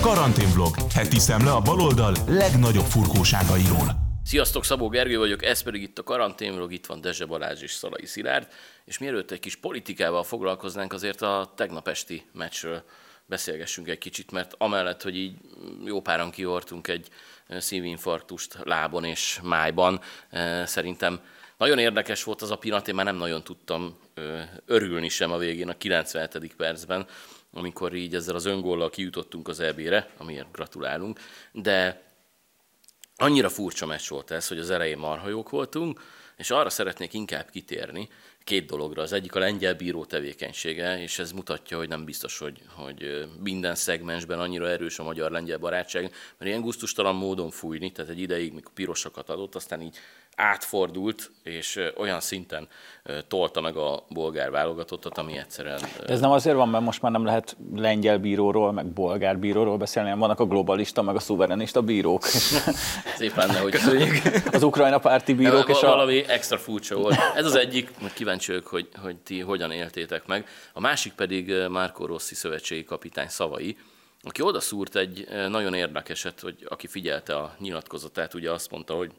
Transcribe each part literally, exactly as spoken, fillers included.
Karanténvlog, heti szemle a baloldal legnagyobb furkóságairól. Sziasztok, Szabó Gergő vagyok, ez pedig itt a Karanténvlog, itt van Dezse Balázs és Szalai Szilárd, és mielőtt egy kis politikával foglalkoznánk, azért a tegnap esti meccsről beszélgessünk egy kicsit, mert amellett, hogy így jó páran kihortunk egy szívinfarktust lábon és májban, szerintem nagyon érdekes volt az a pillanat, én már nem nagyon tudtam örülni sem a végén, a kilencvenhetedik percben, amikor így ezzel az öngóllal kijutottunk az é bére, amiért gratulálunk, de annyira furcsa meccs volt ez, hogy az elején marha jók voltunk, és arra szeretnék inkább kitérni, két dologra. Az egyik a lengyel bíró tevékenysége, és ez mutatja, hogy nem biztos, hogy, hogy minden szegmensben annyira erős a magyar-lengyel barátság, mert ilyen gusztustalan módon fújni, tehát egy ideig, mikor pirosakat adott, aztán így átfordult, és olyan szinten tolta meg a bolgár válogatottat, ami egyszerűen... De ez nem azért van, mert most már nem lehet lengyel bíróról, meg bolgár bíróról beszélni, hanem vannak a globalista, meg a szuverenista bírók. Szép lenne, hogy... Az Ukrajna párti bírók és a... Valami extra furcsa volt. Ez az egyik, kíváncsi vagyok, hogy, hogy ti hogyan éltétek meg. A másik pedig Marco Rossi szövetségi kapitány szavai, aki oda szúrt egy nagyon érdekeset, hogy aki figyelte a nyilatkozatát, ugye azt mondta, hogy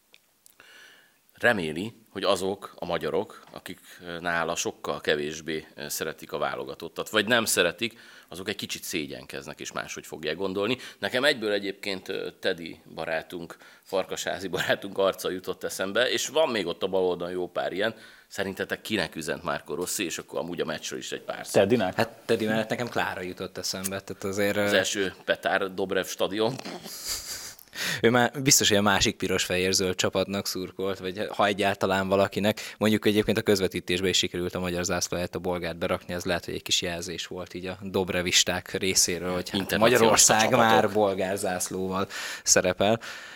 reméli, hogy azok a magyarok, akik nála sokkal kevésbé szeretik a válogatottat, vagy nem szeretik, azok egy kicsit szégyenkeznek és máshogy fogják gondolni. Nekem egyből egyébként Teddy barátunk, Farkasházi barátunk arca jutott eszembe, és van még ott a bal oldalon jó pár ilyen. Szerintetek kinek üzent Marco Rossi, és akkor amúgy a meccsről is egy pár szó. Teddynek? Hát Teddy mellett nekem Klára jutott eszembe. Tehát azért... Az első Petár Dobrev stadion. Ő már biztos, hogy a másik piros-fehér-zöld csapatnak szurkolt, vagy ha egyáltalán valakinek. Mondjuk egyébként a közvetítésben is sikerült a magyar zászló helyett a bolgárt berakni, ez lehet, hogy egy kis jelzés volt így a dobrevisták részéről, hogy hát Magyarország már bolgár zászlóval szerepel.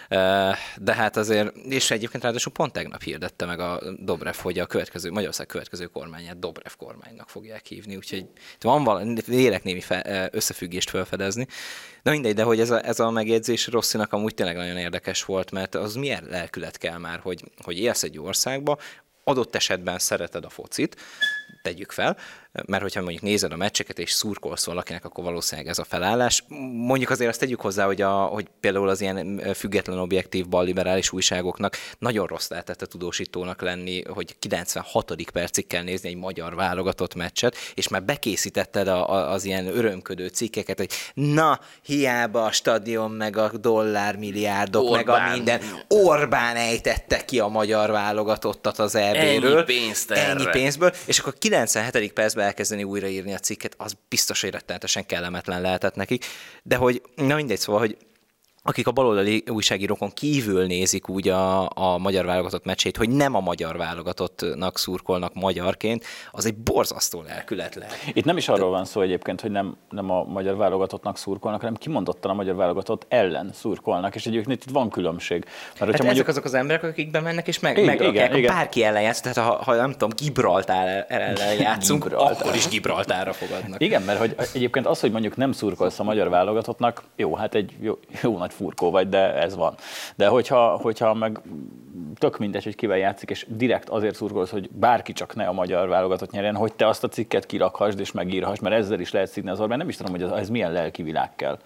De hát azért, és egyébként ráadásul pont tegnap hirdette meg a Dobrev, hogy a következő, Magyarország következő kormányát Dobrev kormánynak fogják hívni, úgyhogy itt van valami, vélek némi fe, összefüggést felfedezni. Na mindegy, de hogy ez a, ez a megjegyzés Rossinak amúgy tényleg nagyon érdekes volt, mert az milyen lelkület kell már, hogy, hogy élsz egy országba, adott esetben szereted a focit, tegyük fel, mert hogyha mondjuk nézed a meccseket és szurkolsz valakinek, akkor valószínűleg ez a felállás. Mondjuk azért azt tegyük hozzá, hogy, a, hogy például az ilyen független, objektív, balliberális újságoknak nagyon rossz lehetett a tudósítónak lenni, hogy kilencvenhatodik percig kell nézni egy magyar válogatott meccset, és már bekészítetted a, a, az ilyen örömködő cikkeket, hogy na, hiába a stadion, meg a dollármilliárdok, Orbán. meg a minden. Orbán ejtette ki a magyar válogatottat az é béről. Ennyi pénzt erre. Ennyi pénzből, és akkor kilencvenhetedik percben elkezdeni újraírni a cikket, az biztos, hogy rettenetesen kellemetlen lehetett nekik. De hogy, na mindegy, szóval, hogy akik a baloldali újságírókon kívül nézik úgy a, a magyar válogatott meccsét, hogy nem a magyar válogatottnak szurkolnak magyarként, az egy borzasztó lelkület lehet. Itt nem is arról van szó egyébként, hogy nem, nem a magyar válogatottnak szurkolnak, hanem kimondottan a magyar válogatott ellen szurkolnak, és egyébként itt van különbség. Mert, hát ezek mondjuk... azok az emberek, akik bemennek és meg, megrakják, ha bárki ellen játsz, tehát ha, ha nem tudom, Gibraltár ellen játszunk, Gibraltár. Akkor is Gibraltárra fogadnak. Igen, mert hogy egyébként az, hogy mondjuk nem szurkolsz a magyar válogatottnak, jó, hát egy jó, jó nagy furkó vagy, de ez van. De hogyha, hogyha meg tök mindegy, hogy kivel játszik, és direkt azért szurkolsz, hogy bárki csak ne a magyar válogatott nyerjen, hogy te azt a cikket kirakhasd és megírhass, mert ezzel is lehet szidni az Orbán. Nem is tudom, hogy ez, ez milyen lelki világ kell.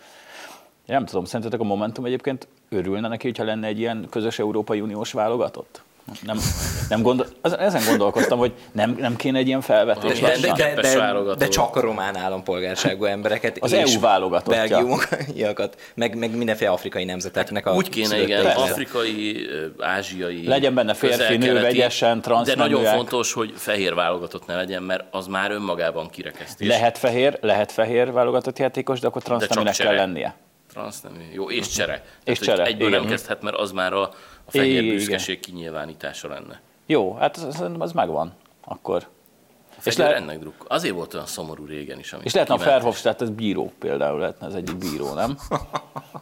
Én nem tudom, szerintetek a Momentum egyébként örülne neki, hogyha lenne egy ilyen közös Európai Uniós válogatott? Nem, nem gondol, ezen gondolkoztam, hogy nem, nem kéne egy ilyen felvetés. De, de, de, de, de csak a román állampolgárságú embereket. Az é u válogatottja. Belgiumokat, meg, meg mindenféle afrikai nemzeteknek a... Úgy kéne, igen, afrikai, ázsiai... Legyen benne férfi, nő, vegyesen, transzneműek. De nagyon fontos, hogy fehér válogatott ne legyen, mert az már önmagában kirekesztés. Lehet fehér, lehet fehér válogatott játékos, de akkor transzneműnek kell lennie. Transznemű, jó, és csere. És Tehát, csere, egyből igen. nem kezdhet, mert az már a, a fehér büszkeség kinyilvánítása lenne. Jó, hát az, az megvan akkor. És le... ennek druk. Azért volt olyan szomorú régen is. És lehetne a Verhofstadt, ez bíró például, lehetne ez egyik bíró, nem?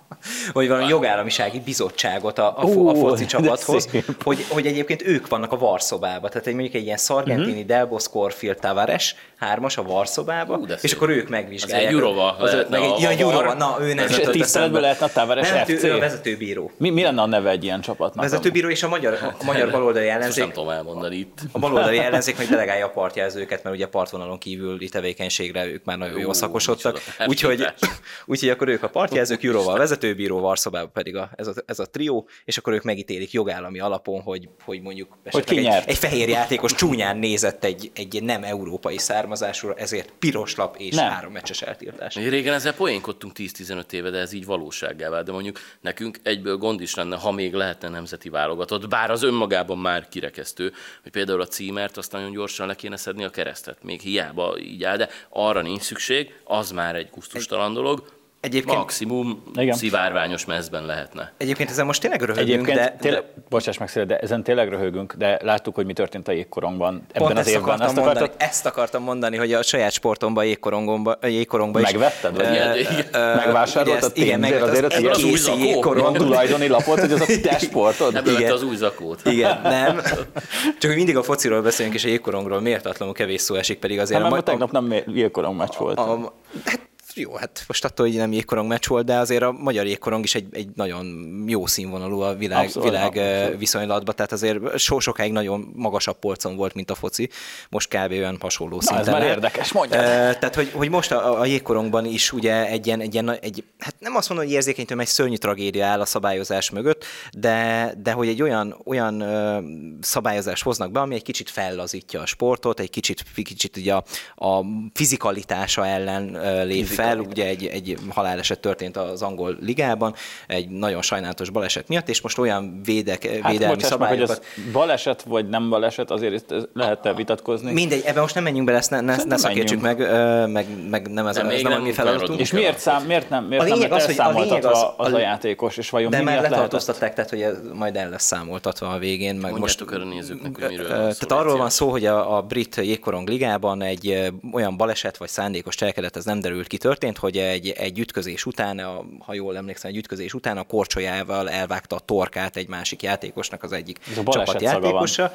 hogy valami jogállamisági bizottságot a, a, Ó, a foci de csapathoz, szép. hogy, hogy egyébként ők vannak a Varszobában. Tehát egy, mondjuk egy ilyen Sargentini, uh-huh. Delbo, Scorfield, Tavares, hármas a Varszobában, Ú, és akkor ők megvizsgálják. Az egy Jurova Az, lehetne meg egy, a- ja, a Jurova, var. na ő nem És jutott tiszteletből eszembe. lehetne a Tavares Nem, ef cé? ő a vezetőbíró. Mi, mi lenne a neve egy ilyen csapatnak? Vezetőbíró és a magyar, a magyar baloldali Ezt nem ellenzék. tudom elmondani itt. A baloldali ellenzék meg delegálja a partjelzőket, mert ugye partvonalon kívüli tevékenységre ők már nagyon jól Ú, szakosodtak. micsoda Úgyhogy, társítás. úgyhogy akkor ők a partjelzők, Jurova a vezetőbíró, Varszobában pedig a, ez, a, ez a trió, és akkor ők megítélik jogállami alapon, hogy, hogy mondjuk esetleg ki egy, nyert. egy fehér játékos csúnyán nézett egy, egy nem európai származásúra, ezért piros lap és Nem. három meccses eltiltás. Régen ezzel poénkodtunk tíz-tizenöt éve, de ez így valósággá vált. De mondjuk nekünk egyből gond is lenne, ha még lehetne nemzeti válogatott, bár az önmagában már kirekesztő, hogy például a címert azt nagyon gyorsan le kéne szedni a keresztet. Még hiába így áll, de arra nincs szükség, az már egy gusztustalan dolog. Egyébként- Maximum Igen. szivárványos mezben lehetne. Egyébként ezen most tényleg röhögünk, Egyébként, de, tényleg, de bocsáss meg, Széle, de ezen tényleg röhögünk, de láttuk, hogy mi történt a jégkorongban ebben pont az ezt évben. akartam, Ezt mondani, akartad? ezt akartam mondani, hogy a saját sportomban, a jégkorongomban, a jégkorongban is. Megvetted? Vagy Ö, ilyen? ö, Igen. ö, Megvásároltad ugye ezt- igen, pénzért megvettem azért, egy az új kész zakó? jégkorong. Ilyen tulajdoni lapot, hogy ez a te sportod? Ebből Igen. vette az új zakót. Igen, nem. Csak hogy mindig a fociról beszélünk, és a jégkorongról méltatlanul kevés szó esik, pedig azért... Hát, a, mert tegnap nem jégkorong meccs volt. a, a, hát jó, hát most attól, hogy nem jégkorong meccs volt, de azért a magyar jégkorong is egy, egy nagyon jó színvonalú a világ, Abszolút, világ abszolút. viszonylatban, tehát azért so sokáig nagyon magasabb polcon volt, mint a foci, most kb. Olyan hasonló Na, szinten. ez már lehet. érdekes, mondjad. Ö, Tehát, hogy, hogy most a, a jégkorongban is ugye egy ilyen, egy ilyen, egy, hát nem azt mondom, hogy érzékenytől, egy szörnyű tragédia áll a szabályozás mögött, de, de hogy egy olyan, olyan ö, szabályozást hoznak be, ami egy kicsit fellazítja a sportot, egy kicsit, kicsit ugye a, a fizikalitása ellen ö, lép fel, ugye egy, egy haláleset történt az angol ligában, egy nagyon sajnálatos baleset miatt, és most olyan védek, Hát védelmi bocsáss meg, hogy ez szabályokat... baleset vagy nem baleset, azért ezt ezt lehet vitatkozni. Mindegy, ebben most nem menjünk bele, ezt ne, ne, ne Szerintem szakértsük meg, ö, meg, meg nem ez, De a, ez még nem a nem mi feladatunk. kanyarodunk. És miért, szám, miért nem, miért A nem lényeg lett az, hogy- a lényeg elszámoltatva az- az, a- a játékos, és vajon De mi már miatt lehetett? letartóztatták, tehát hogy ez majd el lesz számoltatva a végén. Meg Mondjátok most, el a nézőknek, hogy miről Ö, van szó, Tehát légy arról van szíves. szó, hogy a, a brit jégkorong ligában egy ö, olyan baleset vagy szándékos cselekedet, ez nem derült ki, történt, hogy egy, egy ütközés után, a, ha jól emlékszem, egy ütközés után a korcsolyával elvágta a torkát egy másik játékosnak, az egyik Ez a baleset csapatjátékosa.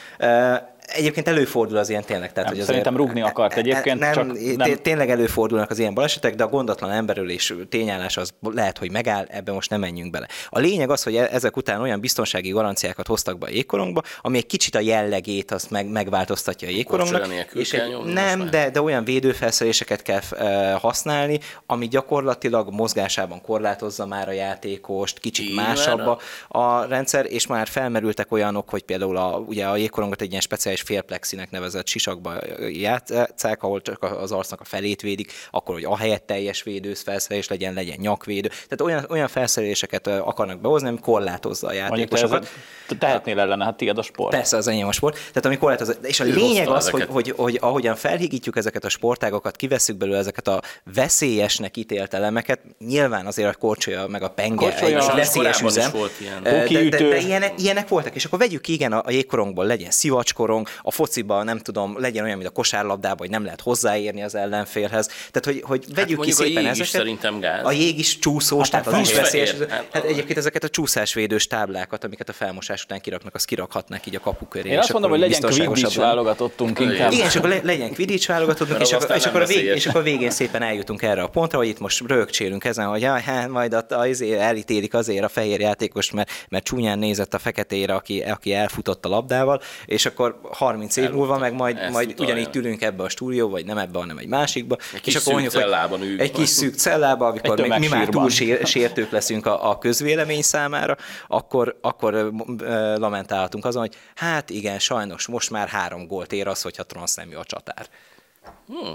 Ö, Egyébként előfordul az ilyen tényleg. Tehát, Nem, hogy szerintem rúgni akart egyébként, nem, csak nem. nem- Tényleg előfordulnak az ilyen balesetek, de a gondatlan emberölés tényállás az lehet, hogy megáll, ebben most nem menjünk bele. A lényeg az, hogy ezek után olyan biztonsági garanciákat hoztak be a jégkorongba, ami egy kicsit a jellegét azt meg, megváltoztatja a jégkorongnak. Korcsolya nélkül És kell egy, nyomni nem, most de, de olyan védőfelszereléseket kell uh, használni, ami gyakorlatilag mozgásában korlátozza már a játékost, kicsit Így másabb van. a, a rendszer, és már felmerültek olyanok, hogy például a, ugye a jégkorongot egy ilyen speciális félplexinek nevezett sisakba játsszák, ahol csak az arcnak a felét védik, akkor, hogy ahelyett teljes védőfelszerelés legyen, legyen nyakvédő. Tehát olyan, olyan felszereléseket akarnak behozni, ami korlátozza a Mondjuk te játékosokat. ezzel tehetnél ellene, hát tiéd a sport. Persze, az enyém a sport. Tehát amikor lehet az, és a Ő lényeg hozta az, hogy, ezeket. hogy, hogy ahogyan felhigítjuk ezeket a sportágokat, kivesszük belőle ezeket a veszélyesnek ítélt elemeket, nyilván azért a korcsolya meg a penge Korcsolya, egy és veszélyes korábban is üzem. volt ilyen. De, de, de, Hokiütő. de ilyenek, ilyenek voltak, és akkor vegyük ki, igen, a, a jégkorongból legyen szivacskorong, a fociban nem tudom, legyen olyan, mint a kosárlabdában, hogy nem lehet hozzáérni az ellenfélhez. Tehát, hogy, hogy vegyük ki mondjuk a szépen jég is ezeket. szerintem gáz. A jég is csúszós, Hát tehát az is fehér. veszélyes. Hát, Hát egyébként ezeket a csúszásvédős táblákat, amiket a felmosás után kiraknak, azt kirakhatnák így a kapu köré. Én és azt mondom, hogy akkor legyen biztonságosabb Quidditch lenne. válogatottunk inkább. Igen, és akkor le, legyen Quidditch válogatottunk, Mert és az akkor, aztán és, akkor a nem vég, veszélyes. és akkor végén szépen eljutunk erre a pontra, hogy itt most rögcsélünk ezen, hogy jaj, hát majd a, azért elítélik azért a fehér játékost, mert, mert csúnyán nézett a feketére, aki, aki elfutott a labdával, és akkor harminc év múlva meg majd, Ezt majd utalja. ugyanígy ülünk ebbe a stúdióba, vagy nem ebbe, hanem egy másikba. Egy kis és akkor szűk mondjuk, hogy cellában ülünk. egy kis szűk cellába, amikor Egy mi, mi már tömegsírban. túl sér, sértők leszünk a, a közvélemény számára, akkor, akkor ö, ö, lamentálhatunk azon, hogy hát igen, sajnos most már három gólt ér az, hogyha transznemű a csatár. Hmm.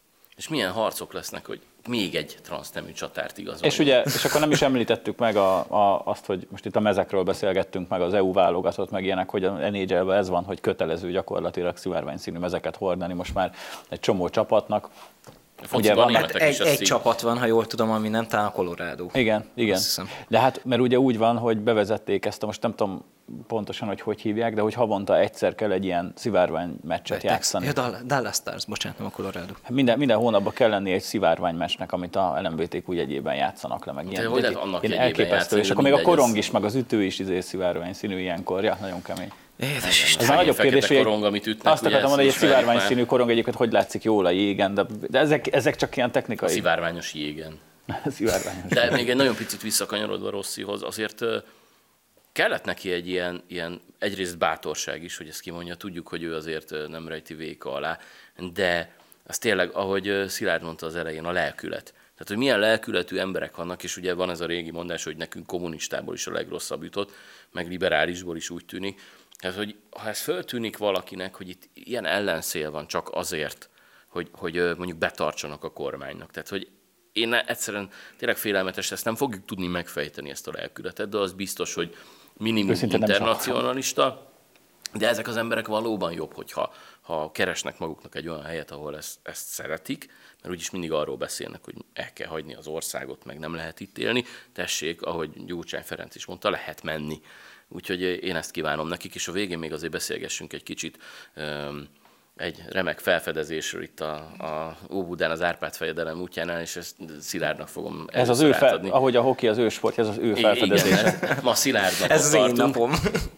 És milyen harcok lesznek, hogy még egy transznemű csatárt igazolni. És ugye, és akkor nem is említettük meg a, a, azt, hogy most itt a mezekről beszélgettünk, meg az é u válogatott, meg ilyenek, hogy a en há el-ben ez van, hogy kötelező gyakorlatilag szivárványszínű mezeket hordani most már egy csomó csapatnak. Fociban ugye van- németek Hát is egy, ezt egy így- csapat van, ha jól tudom, ami nem talán a Colorado. Igen, igen. Azt hiszem. De hát, mert ugye úgy van, hogy bevezették ezt, a, most nem tudom, pontosan, hogy hogy hívják, de hogy havonta egyszer kell egy ilyen szivárvány meccset játszani. Ja, Dallas Stars, bocsánat, nem a Colorado. Minden, minden hónapban kell lenni egy szivárvány meccsnek, amit a el em bé té kú jegyében játszanak le, meg de ilyen. hogy lehet annak ilyen jegyében elképesztő, játszani, és de akkor még a mindegy, korong ez- is, meg az ütő is izé szivárvány színű ilyenkor, ja, nagyon kemény. Édes Ez a nagyobb kérdés, hogy egy- korong, amit ütnek, azt ugye, akartam mondani, hogy ezt egy ismerjük szivárvány már. színű korong egyébként hogy látszik jól a jégen, de, de ezek, ezek csak ilyen A technikai. szivárványos jégen. Szivárványos. De még egy nagyon picit visszakanyarodva Rossihoz, azért ö, kellett neki egy ilyen, ilyen egyrészt bátorság is, hogy ezt kimondja, tudjuk, hogy ő azért ö, nem rejti véka alá, de az tényleg, ahogy ö, Szilárd mondta az elején, a lelkület. Tehát, hogy milyen lelkületű emberek vannak, és ugye van ez a régi mondás, hogy nekünk kommunistából is a legrosszabb jutott, meg liberálisból is úgy tűnik. Tehát, hogy ha ez föltűnik valakinek, hogy itt ilyen ellenszél van csak azért, hogy, hogy ö, mondjuk betartsanak a kormánynak. Tehát, hogy én egyszerűen tényleg félelmetes, ezt nem fogjuk tudni megfejteni, ezt a lelkületet, de az biztos, hogy minimum Őszintén nem internacionalista, de ezek az emberek valóban jobb, hogyha ha keresnek maguknak egy olyan helyet, ahol ezt, ezt szeretik, mert úgyis mindig arról beszélnek, hogy el kell hagyni az országot, meg nem lehet itt élni. Tessék, ahogy Gyurcsány Ferenc is mondta, lehet menni. Úgyhogy én ezt kívánom nekik, és a végén még azért beszélgessünk egy kicsit um, egy remek felfedezésről itt a, a Óbudán az Árpád fejedelem útjánál, és ezt Szilárdnak fogom Ez az ő, fel, átadni. ahogy a hoki az ő sport, ez az ő felfedezése. Igen, ez- ma Szilárdnak Ez az én tartunk. napom.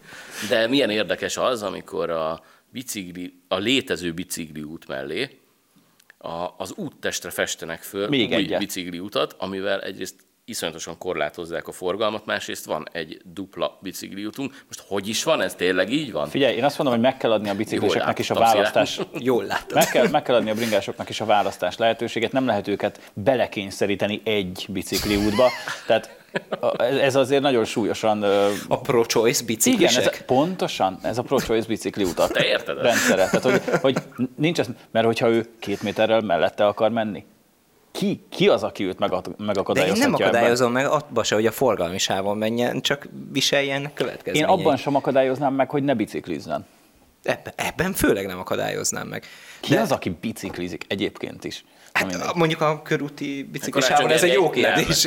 De milyen érdekes az, amikor a, bicikli, a létező bicikli út mellé a, az úttestre festenek föl Még új egyet. bicikli utat, amivel egyrészt iszonyatosan korlátozzák a forgalmat, másrészt van egy dupla bicikli útunk. Most hogy is van ez? Tényleg így van? Figyelj, én azt mondom, hogy meg kell adni a bicikliseknek is a láttam, választás. Jól látod. Meg kell, meg kell adni a bringásoknak is a választás lehetőséget, nem lehet őket belekényszeríteni egy bicikli útba. Tehát a- ez azért nagyon súlyosan... ö, A pro-choice Igen, biciklisek. ez, pontosan, ez a pro-choice bicikli utak Te érted ezt? rendszere. Tehát, hogy, hogy nincs ez, mert hogyha ő két méterrel mellette akar menni, ki, ki az, aki őt megak- De én megakadályozhatja nem ebben? akadályozom meg abba se, hogy a forgalmi sávon menjen, csak viseljen Én következményeit. abban sem akadályoznám meg, hogy ne biciklizzen. Ebben, ebben főleg nem akadályoznám meg. Ki De- az, aki biciklizik egyébként is? Na mindegy. Hát, mondjuk a körúti biciklis Karácsony sávon, ez egy jó Gergely kérdés.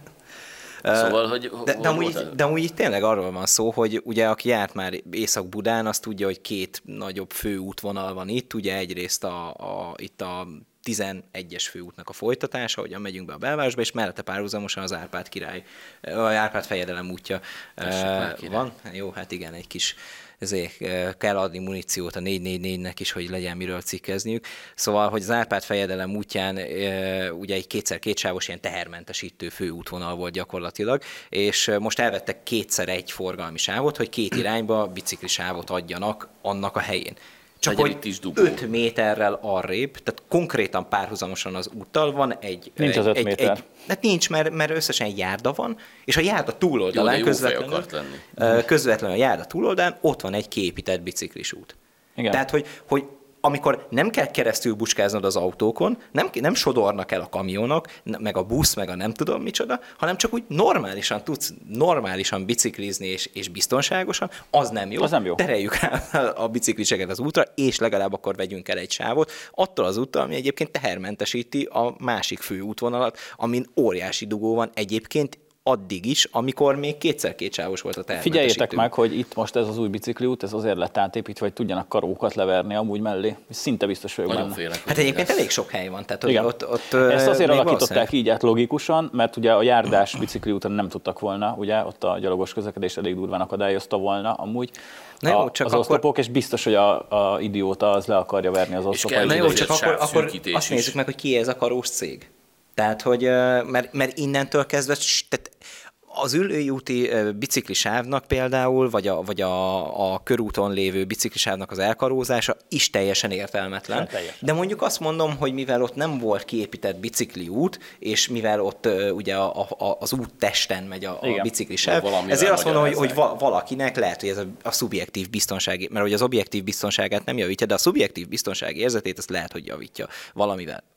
Szóval, hogy De, hol de, amúgy, volt ez? de amúgy itt tényleg arról van szó, hogy ugye aki járt már Észak-Budán, azt tudja, hogy két nagyobb főútvonal van itt, ugye egyrészt a, a, itt a tizenegyes főútnak a folytatása, ahogyan megyünk be a belvárosba, és mellette párhuzamosan az Árpád király, a Árpád fejedelem útja Tessék eh, már, király. van. Jó, hát igen, egy kis ezért eh, kell adni muníciót a négy négy négynek is, hogy legyen miről cikkezniük. Szóval, hogy az Árpád fejedelem útján eh, ugye egy kétszer kétsávos ilyen tehermentesítő főútvonal volt gyakorlatilag, és eh, most elvettek kétszer egy forgalmi sávot, hogy két irányba biciklisávot adjanak annak a helyén. Csak Legyen hogy itt is dugó. öt méterrel arrébb, tehát konkrétan párhuzamosan az úttal van egy... Nincs egy, az öt egy, méter. Egy, hát nincs, mert, mert összesen egy járda van, és a járda Jó, túloldalán de jó fej közvetlenül, akart lenni. ö, közvetlenül a járda túloldalán ott van egy kiépített biciklis út. Igen. Tehát, hogy, hogy amikor nem kell keresztül bucskáznod az autókon, nem, nem sodornak el a kamionok, n- meg a busz, meg a nem tudom micsoda, hanem csak úgy normálisan tudsz normálisan biciklizni és, és biztonságosan, az nem jó. Az nem jó. Tereljük rá a bicikliseket az útra, és legalább akkor vegyünk el egy sávot, attól az úttal, ami egyébként tehermentesíti a másik fő útvonalat, amin óriási dugó van egyébként addig is, amikor még kétszer kétsávos volt a tehermentesítő. Figyeljétek meg, hogy itt most ez az új bicikliút, ez azért lett átépítve, hogy tudjanak karókat leverni amúgy mellé. Szinte biztos vagyok Nagyon benne. félek. Hát hogy egyébként lesz. elég sok hely van, tehát hogy Igen. ott, ott Ezt azért még alakították így át logikusan, mert ugye a járdás bicikliúton nem tudtak volna, ugye ott a gyalogos közlekedés elég durván akadályozta volna amúgy Na jó, a, csak az akkor- oszlopok, és biztos, hogy a, a idióta az le akarja verni az kell oszlopot. Na még jó, azért csak akkor, akkor sávszűkítés azt is. nézzük meg, hogy ki ez a karós cég. Tehát, hogy ö, mert, mert innentől kezdve, s- tehát az ülői úti ö, biciklisávnak például, vagy, a, vagy a, a körúton lévő biciklisávnak az elkarózása is teljesen értelmetlen. Hát teljesen. De mondjuk azt mondom, hogy mivel ott nem volt kiépített bicikliút, és mivel ott ö, ugye a, a, az úttesten megy a, a Igen. biciklisáv, Valamivel ezért azt mondom, hogy, hogy magyarázzák. va- valakinek lehet, hogy ez a, a szubjektív biztonsági, mert hogy az objektív biztonságát nem javítja, de a szubjektív biztonsági érzetét azt lehet, hogy javítja valamivel.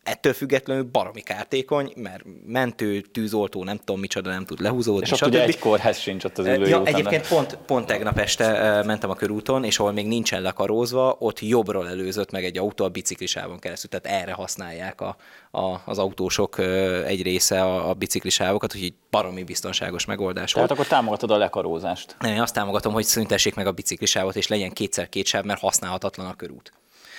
ettől függetlenül baromi kártékony, mert mentő, tűzoltó, nem tudom micsoda, nem tud lehúzódni. És ott ugye egy kórház sincs ott az ülői ja, úton. Egyébként pont, pont tegnap este mentem a körúton, és ahol még nincsen lekarózva, ott jobbról előzött meg egy autó a biciklisávon keresztül, tehát erre használják a, a, az autósok egy része a, a biciklisávokat, úgyhogy baromi biztonságos megoldás Tehát volt. akkor támogatod a lekarózást. Nem, én azt támogatom, hogy szüntessék meg a biciklisávot, és legyen kétszer két sáv, mert használhatatlan a körút.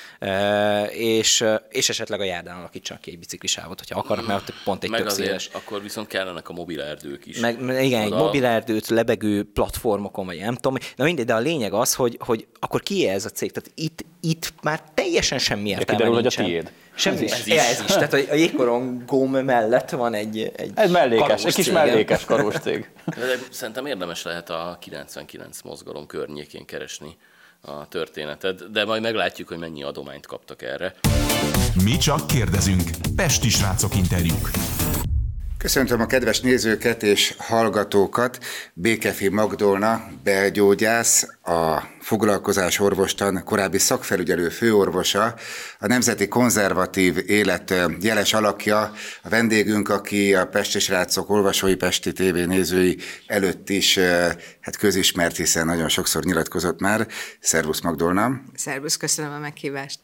Uh, és, és esetleg a járdán alakítsanak ki egy biciklisávot, hogyha akarnak, mert ott pont egy meg tök széles. Azért, akkor viszont kellenek a mobilerdők is. Meg, igen, egy Oda... mobilerdőt, lebegő platformokon, vagy nem tudom. Na mindegy, de a lényeg az, hogy, hogy akkor ki ez a cég? Tehát itt, itt már teljesen semmi értelme kiderül, nincsen. hogy a tiéd. Semmi, Ez ez, is. is. Ja, ez is. Tehát a jégkorongóm mellett van egy, egy Egy mellékes, egy kis cégem. mellékes karós cég. De szerintem érdemes lehet a kilencvenkilenc mozgalom környékén keresni a történetet, de majd meglátjuk, hogy mennyi adományt kaptak erre. Mi csak kérdezünk. Pesti srácok interjúk. Köszöntöm a kedves nézőket és hallgatókat. Békefi Magdolna, belgyógyász, a foglalkozás orvostan korábbi szakfelügyelő főorvosa, a Nemzeti Konzervatív Élet jeles alakja, a vendégünk, aki a Pesti srácok olvasói, Pesti té vé nézői előtt is hát közismert, hiszen nagyon sokszor nyilatkozott már. Szervusz Magdolna! Szervusz, köszönöm a meghívást!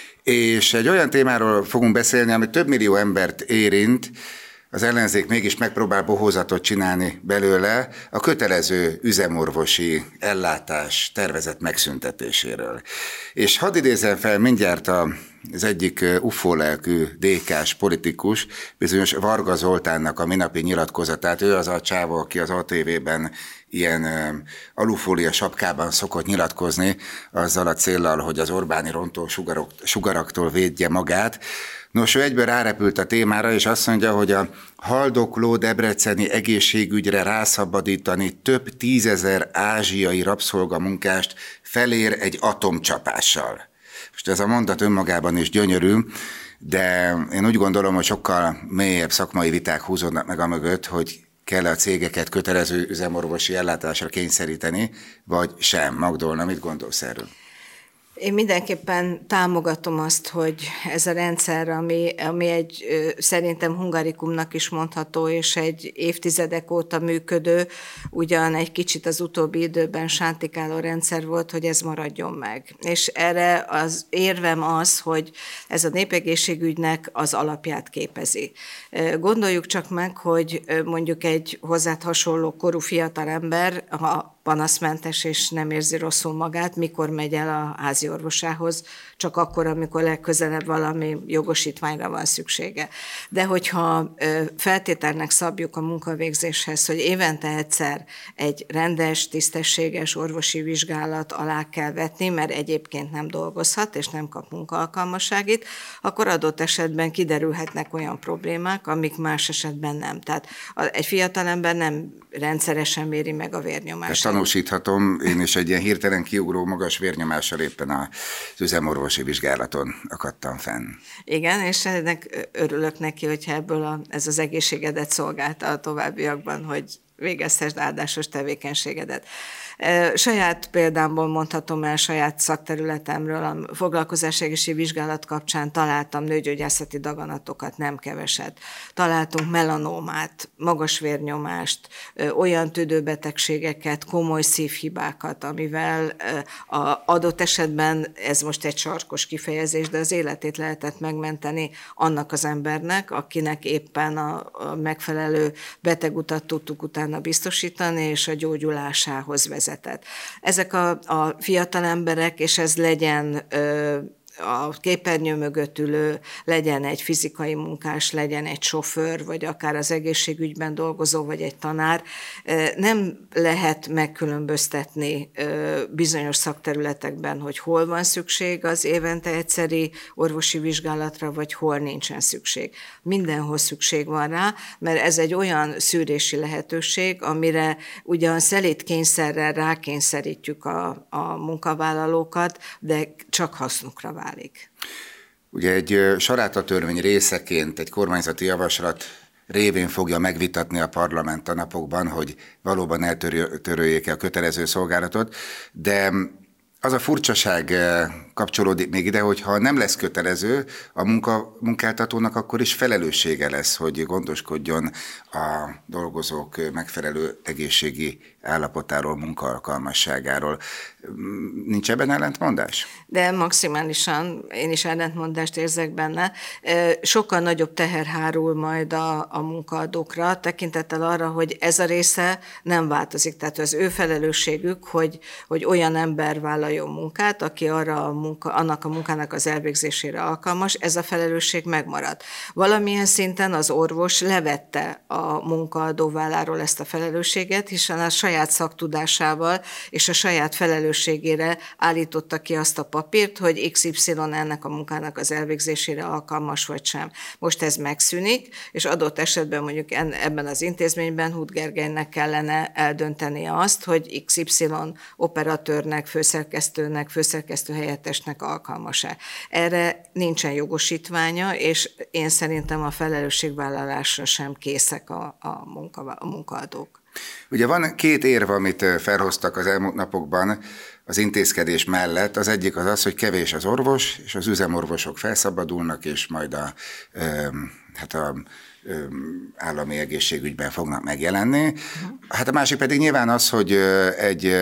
És egy olyan témáról fogunk beszélni, ami több millió embert érint. Az ellenzék mégis megpróbál bohózatot csinálni belőle a kötelező üzemorvosi ellátás tervezett megszüntetéséről. És hadd idézem fel mindjárt az egyik ufólelkű dé ká-s politikus, bizonyos Varga Zoltánnak a minapi nyilatkozatát. Ő az a csávó, aki az á té vében ilyen alufólia sapkában szokott nyilatkozni, azzal a céllal, hogy az Orbáni rontó sugarok, sugaraktól védje magát. Nos, ő egyből rárepült a témára, és azt mondja, hogy a haldokló debreceni egészségügyre rászabadítani több tízezer ázsiai rabszolgamunkást felér egy atomcsapással. Most ez a mondat önmagában is gyönyörű, de én úgy gondolom, hogy sokkal mélyebb szakmai viták húzódnak meg amögött, hogy kell a cégeket kötelező üzemorvosi ellátásra kényszeríteni, vagy sem. Magdolna, mit gondolsz erről? Én mindenképpen támogatom azt, hogy ez a rendszer, ami, ami egy szerintem hungarikumnak is mondható, és egy évtizedek óta működő, ugyan egy kicsit az utóbbi időben sántikáló rendszer volt, hogy ez maradjon meg. És erre az érvem az, hogy ez a népegészségügynek az alapját képezi. Gondoljuk csak meg, hogy mondjuk egy hozzád hasonló korú fiatalember, ha panaszmentes és nem érzi rosszul magát, mikor megy el a házi orvosához, csak akkor, amikor legközelebb valami jogosítványra van szüksége. De hogyha feltételnek szabjuk a munkavégzéshez, hogy évente egyszer egy rendes, tisztességes orvosi vizsgálat alá kell vetni, mert egyébként nem dolgozhat és nem kap munkaalkalmasságit, akkor adott esetben kiderülhetnek olyan problémák, amik más esetben nem. Tehát egy fiatalember nem rendszeresen méri meg a vérnyomást. Tanúsíthatom, én is egy ilyen hirtelen kiugró magas vérnyomással éppen az üzemorvosi vizsgálaton akadtam fenn. Igen, és ennek örülök neki, hogyha ebből a, ez az egészségedet szolgálta a továbbiakban, hogy végezhessd áldásos tevékenységedet. Saját példámból mondhatom el, saját szakterületemről, a foglalkozásegészségi vizsgálat kapcsán találtam nőgyógyászati daganatokat, nem keveset. Találtunk melanómát, magas vérnyomást, olyan tüdőbetegségeket, komoly szívhibákat, amivel a adott esetben, ez most egy sarkos kifejezés, de az életét lehetett megmenteni annak az embernek, akinek éppen a, a megfelelő betegutat tudtuk utána biztosítani, és a gyógyulásához vezetett. Ezek a, a fiatal emberek, és ez legyen ö, a képernyő mögött ülő, legyen egy fizikai munkás, legyen egy sofőr, vagy akár az egészségügyben dolgozó, vagy egy tanár, nem lehet megkülönböztetni bizonyos szakterületekben, hogy hol van szükség az évente egyszeri orvosi vizsgálatra, vagy hol nincsen szükség. Mindenhol szükség van rá, mert ez egy olyan szűrési lehetőség, amire ugyan szelíd kényszerrel rákényszerítjük a, a munkavállalókat, de csak hasznukra válik. Ugye egy sarátatörvény részeként egy kormányzati javaslat révén fogja megvitatni a parlament a napokban, hogy valóban eltöröljék a kötelező szolgálatot, de az a furcsaság kapcsolódik még ide, hogy ha nem lesz kötelező a munka, munkáltatónak, akkor is felelőssége lesz, hogy gondoskodjon a dolgozók megfelelő egészségi állapotáról, munkaalkalmasságáról. Nincs ebben ellentmondás? De maximálisan, én is ellentmondást érzek benne. Sokkal nagyobb teher hárul majd a, a munkaadókra, tekintettel arra, hogy ez a része nem változik. Tehát az ő felelősségük, hogy, hogy olyan ember vállaljon munkát, aki arra a munka, annak a munkának az elvégzésére alkalmas, ez a felelősség megmarad. Valamilyen szinten az orvos levette a munkaadó válláról ezt a felelősséget, hiszen a saját szaktudásával és a saját felelősségére állította ki azt a papírt, hogy iksz ipszilon ennek a munkának az elvégzésére alkalmas vagy sem. Most ez megszűnik, és adott esetben mondjuk ebben az intézményben Huth Gergelynek kellene eldöntenie azt, hogy iksz ipszilon operatőrnek, főszerkesztőnek, főszerkesztő helyettesnek alkalmas-e. Erre nincsen jogosítványa, és én szerintem a felelősségvállalásra sem készek a, a, munka, a munkaadók. Ugye van két érv, amit felhoztak az elmúlt napokban az intézkedés mellett. Az egyik az az, hogy kevés az orvos, és az üzemorvosok felszabadulnak, és majd a, hát a állami egészségügyben fognak megjelenni. Hát a másik pedig nyilván az, hogy egy,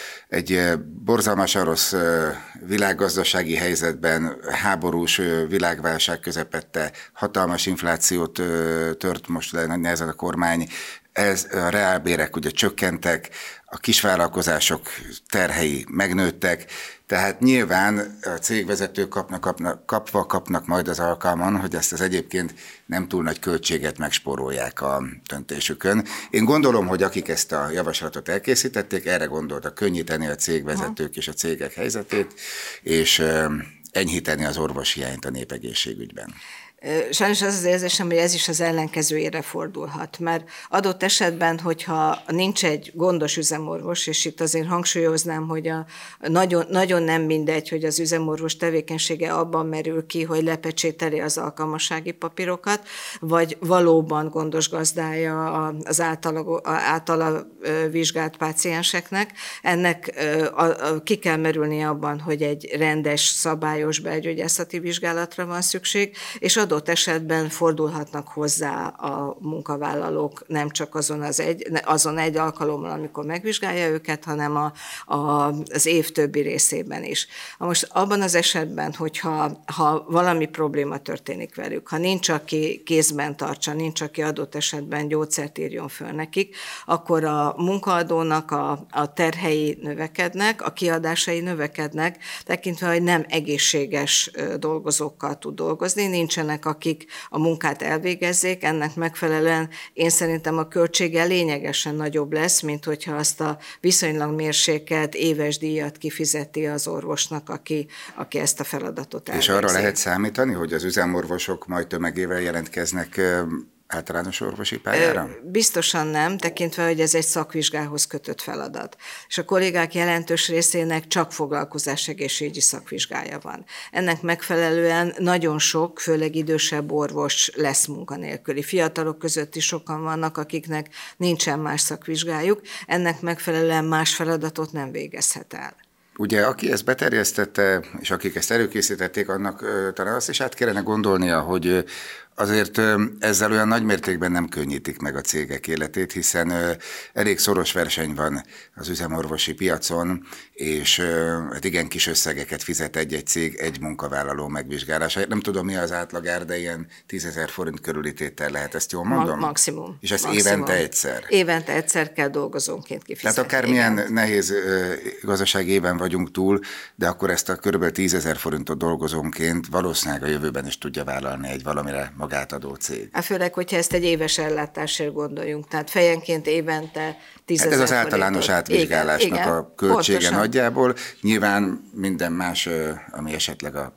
egy borzalmasan rossz világgazdasági helyzetben, háborús világválság közepette, hatalmas inflációt tört most le nagy nehezen a kormány, ez a reálbérek ugye csökkentek, a kisvállalkozások terhei megnőttek, tehát nyilván a cégvezetők kapnak, kapnak, kapva kapnak majd az alkalman, hogy ezt az egyébként nem túl nagy költséget megspórolják a döntésükön. Én gondolom, hogy akik ezt a javaslatot elkészítették, erre gondoltak könnyíteni a cégvezetők és a cégek helyzetét, és enyhíteni az orvoshiányt a népegészségügyben. Sajnos az az érzésem, hogy ez is az ellenkezőjére fordulhat, mert adott esetben, hogyha nincs egy gondos üzemorvos, és itt azért hangsúlyoznám, hogy a, nagyon, nagyon nem mindegy, hogy az üzemorvos tevékenysége abban merül ki, hogy lepecsételi az alkalmassági papírokat, vagy valóban gondos gazdája az általa, általa vizsgált pácienseknek. Ennek a, a, ki kell merülni abban, hogy egy rendes, szabályos belgyógyászati vizsgálatra van szükség, és adott esetben fordulhatnak hozzá a munkavállalók nem csak azon, az egy, azon egy alkalommal, amikor megvizsgálja őket, hanem a, a, az év többi részében is. Most abban az esetben, hogyha ha valami probléma történik velük, ha nincs, aki kézben tartsa, nincs, aki adott esetben gyógyszert írjon föl nekik, akkor a munkaadónak a, a terhei növekednek, a kiadásai növekednek, tekintve, hogy nem egészséges dolgozókkal tud dolgozni, nincsenek akik a munkát elvégezzék, ennek megfelelően én szerintem a költsége lényegesen nagyobb lesz, mint hogyha azt a viszonylag mérsékelt éves díjat kifizeti az orvosnak, aki, aki ezt a feladatot elvégzi. És arra lehet számítani, hogy az üzemorvosok majd tömegével jelentkeznek általános orvosi pályára? Biztosan nem, tekintve, hogy ez egy szakvizsgához kötött feladat. És a kollégák jelentős részének csak foglalkozásegészségügyi szakvizsgája van. Ennek megfelelően nagyon sok, főleg idősebb orvos lesz munkanélküli. Fiatalok között is sokan vannak, akiknek nincsen más szakvizsgájuk, ennek megfelelően más feladatot nem végezhet el. Ugye, aki ezt beterjesztette, és akik ezt előkészítették, annak ö, talán azt is át kellene gondolnia, hogy ö, azért ö, ezzel olyan nagy mértékben nem könnyítik meg a cégek életét, hiszen ö, elég szoros verseny van az üzemorvosi piacon, és ö, hát igen kis összegeket fizet egy-egy cég egy munkavállaló megvizsgálásáért. Nem tudom, mi az átlag, de ilyen tízezer forint körüli tétel lehet, ezt jól mondom? Ma- maximum. És ezt maximum. évente egyszer? Évente egyszer kell dolgozónként kifizetni. Tehát akármilyen igen. nehéz ö, gazdasági éven vagyunk túl, de akkor ezt a körülbelül tízezer forintot dolgozónként valószínűleg a jövőben is tudja vállalni egy valamire magát adó cég. Hát főleg, hogyha ezt egy éves ellátásért gondoljunk, tehát fejenként évente tízezer hát ez az általános forintot. átvizsgálásnak igen, igen, a költsége pontosan. nagyjából. Nyilván minden más, ami esetleg a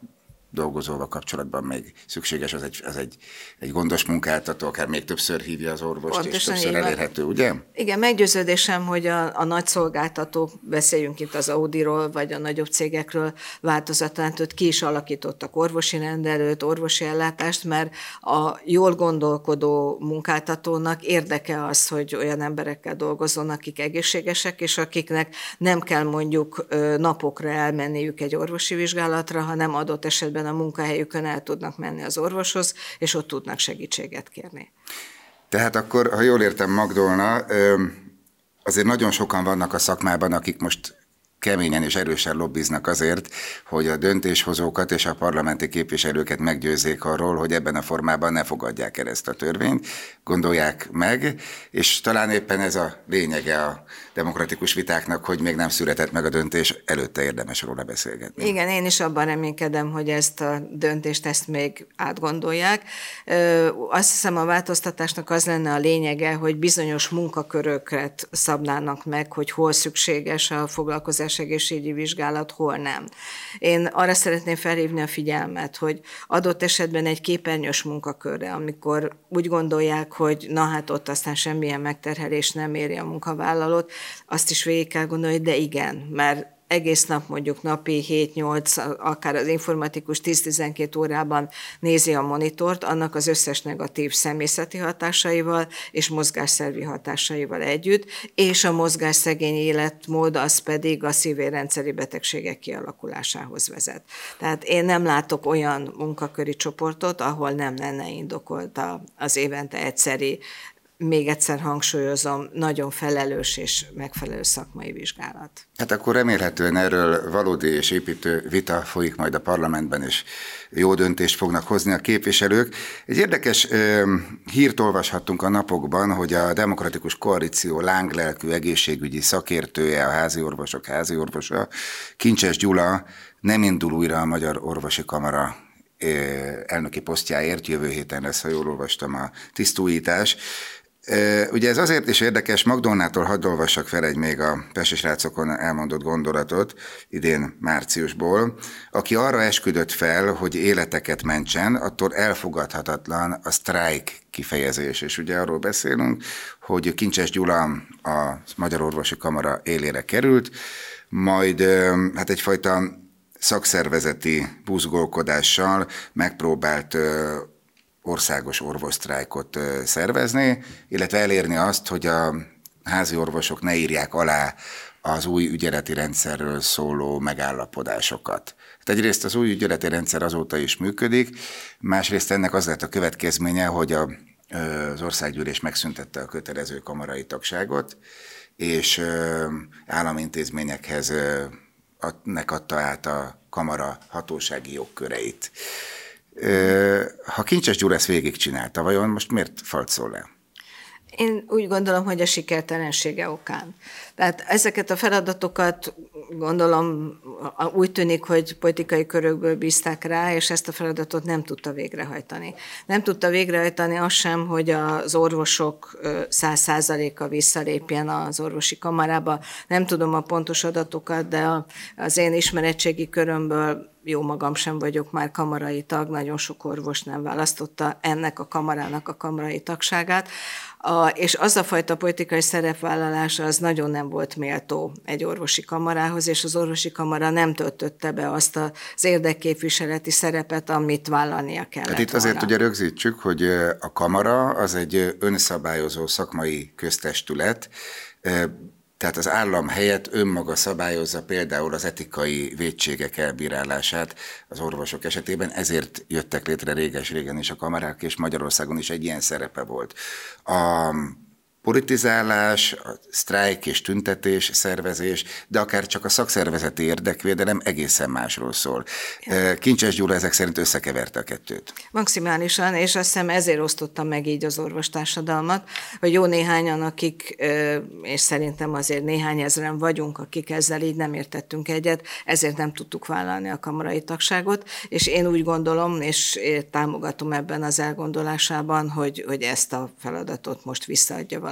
dolgozóval kapcsolatban még szükséges, az egy, az egy, egy gondos munkáltató, akár még többször hívja az orvost, pontosan, és többször elérhető, ugye? Igen, meggyőződésem, hogy a, a nagy szolgáltató, beszéljünk itt az Audiról, vagy a nagyobb cégekről, változatlan, hogy ki is alakítottak orvosi rendelőt, orvosi ellátást, mert a jól gondolkodó munkáltatónak érdeke az, hogy olyan emberekkel dolgozzon, akik egészségesek, és akiknek nem kell mondjuk napokra elmenniük egy orvosi vizsgálatra, hanem adott esetben a munkahelyükön el tudnak menni az orvoshoz, és ott tudnak segítséget kérni. Tehát akkor, ha jól értem, Magdolna, azért nagyon sokan vannak a szakmában, akik most keményen és erősen lobbiznak azért, hogy a döntéshozókat és a parlamenti képviselőket meggyőzzék arról, hogy ebben a formában ne fogadják el ezt a törvényt, gondolják meg, és talán éppen ez a lényege a demokratikus vitáknak, hogy még nem született meg a döntés, előtte érdemes róla beszélgetni. Igen, én is abban reménykedem, hogy ezt a döntést ezt még átgondolják. Azt hiszem, a változtatásnak az lenne a lényege, hogy bizonyos munkaköröket szabnának meg, hogy hol szükséges a foglalkozás egészségügyi vizsgálat, hol nem. Én arra szeretném felhívni a figyelmet, hogy adott esetben egy képernyős munkakörre, amikor úgy gondolják, hogy na hát ott aztán semmilyen megterhelés nem éri a munkavállalót, azt is végig kell gondolni, de igen, mert egész nap mondjuk napi hét-nyolc, akár az informatikus tíz-tizenkét órában nézi a monitort, annak az összes negatív személyzeti hatásaival és mozgásszervi hatásaival együtt, és a mozgásszegény életmód az pedig a szívérendszeri betegségek kialakulásához vezet. Tehát én nem látok olyan munkaköri csoportot, ahol nem lenne indokolt az évente egyszeri, még egyszer hangsúlyozom, nagyon felelős és megfelelő szakmai vizsgálat. Hát akkor remélhetően erről valódi és építő vita folyik majd a parlamentben, és jó döntést fognak hozni a képviselők. Egy érdekes ö, hírt olvashattunk a napokban, hogy a Demokratikus Koalíció lánglelkű egészségügyi szakértője, a háziorvosok háziorvosa, Kincses Gyula nem indul újra a Magyar Orvosi Kamara elnöki posztjáért, jövő héten lesz, ha jól olvastam, a tisztújítás. Ugye ez azért is érdekes, Magdolnától hadd olvassak fel egy még a Pesti srácokon elmondott gondolatot idén márciusból, aki arra esküdött fel, hogy életeket mentsen, attól elfogadhatatlan a sztrájk kifejezés. És ugye arról beszélünk, hogy Kincses Gyula a Magyar Orvosi Kamara élére került, majd hát egyfajta szakszervezeti buzgolkodással megpróbált országos orvosztrájkot szervezni, illetve elérni azt, hogy a házi orvosok ne írják alá az új ügyeleti rendszerről szóló megállapodásokat. Hát egyrészt az új ügyeleti rendszer azóta is működik, másrészt ennek az lett a következménye, hogy a, az országgyűlés megszüntette a kötelező kamarai tagságot, és állami intézményekhez nek adta át a kamara hatósági jogköreit. Ha Kincses Gyula ezt végigcsinálta, vajon most miért falcol le? Én úgy gondolom, hogy a sikertelensége okán. Tehát ezeket a feladatokat gondolom úgy tűnik, hogy politikai körökből bízták rá, és ezt a feladatot nem tudta végrehajtani. Nem tudta végrehajtani azt sem, hogy az orvosok száz százaléka visszalépjen az orvosi kamarába. Nem tudom a pontos adatokat, de az én ismeretségi körömből jó magam sem vagyok már kamarai tag, nagyon sok orvos nem választotta ennek a kamarának a kamarai tagságát, a, és az a fajta politikai szerepvállalás az nagyon nem volt méltó egy orvosi kamarához, és az orvosi kamara nem töltötte be azt az érdekképviseleti szerepet, amit vállalnia kellett hát itt volna. Azért ugye rögzítsük, hogy a kamara az egy önszabályozó szakmai köztestület, tehát az állam helyett önmaga szabályozza például az etikai vétségek elbírálását az orvosok esetében, ezért jöttek létre réges-régen is a kamarák, és Magyarországon is egy ilyen szerepe volt. A politizálás, a sztrájk és tüntetés, szervezés, de akár csak a szakszervezeti érdekvédelem egészen másról szól. Kincses Gyula ezek szerint összekeverte a kettőt. Maximálisan, és azt hiszem ezért osztottam meg így az orvostársadalmat, hogy jó néhányan, akik, és szerintem azért néhány ezren vagyunk, akik ezzel így nem értettünk egyet, ezért nem tudtuk vállalni a kamarai tagságot, és én úgy gondolom, és támogatom ebben az elgondolásában, hogy, hogy ezt a feladatot most visszaadja valaki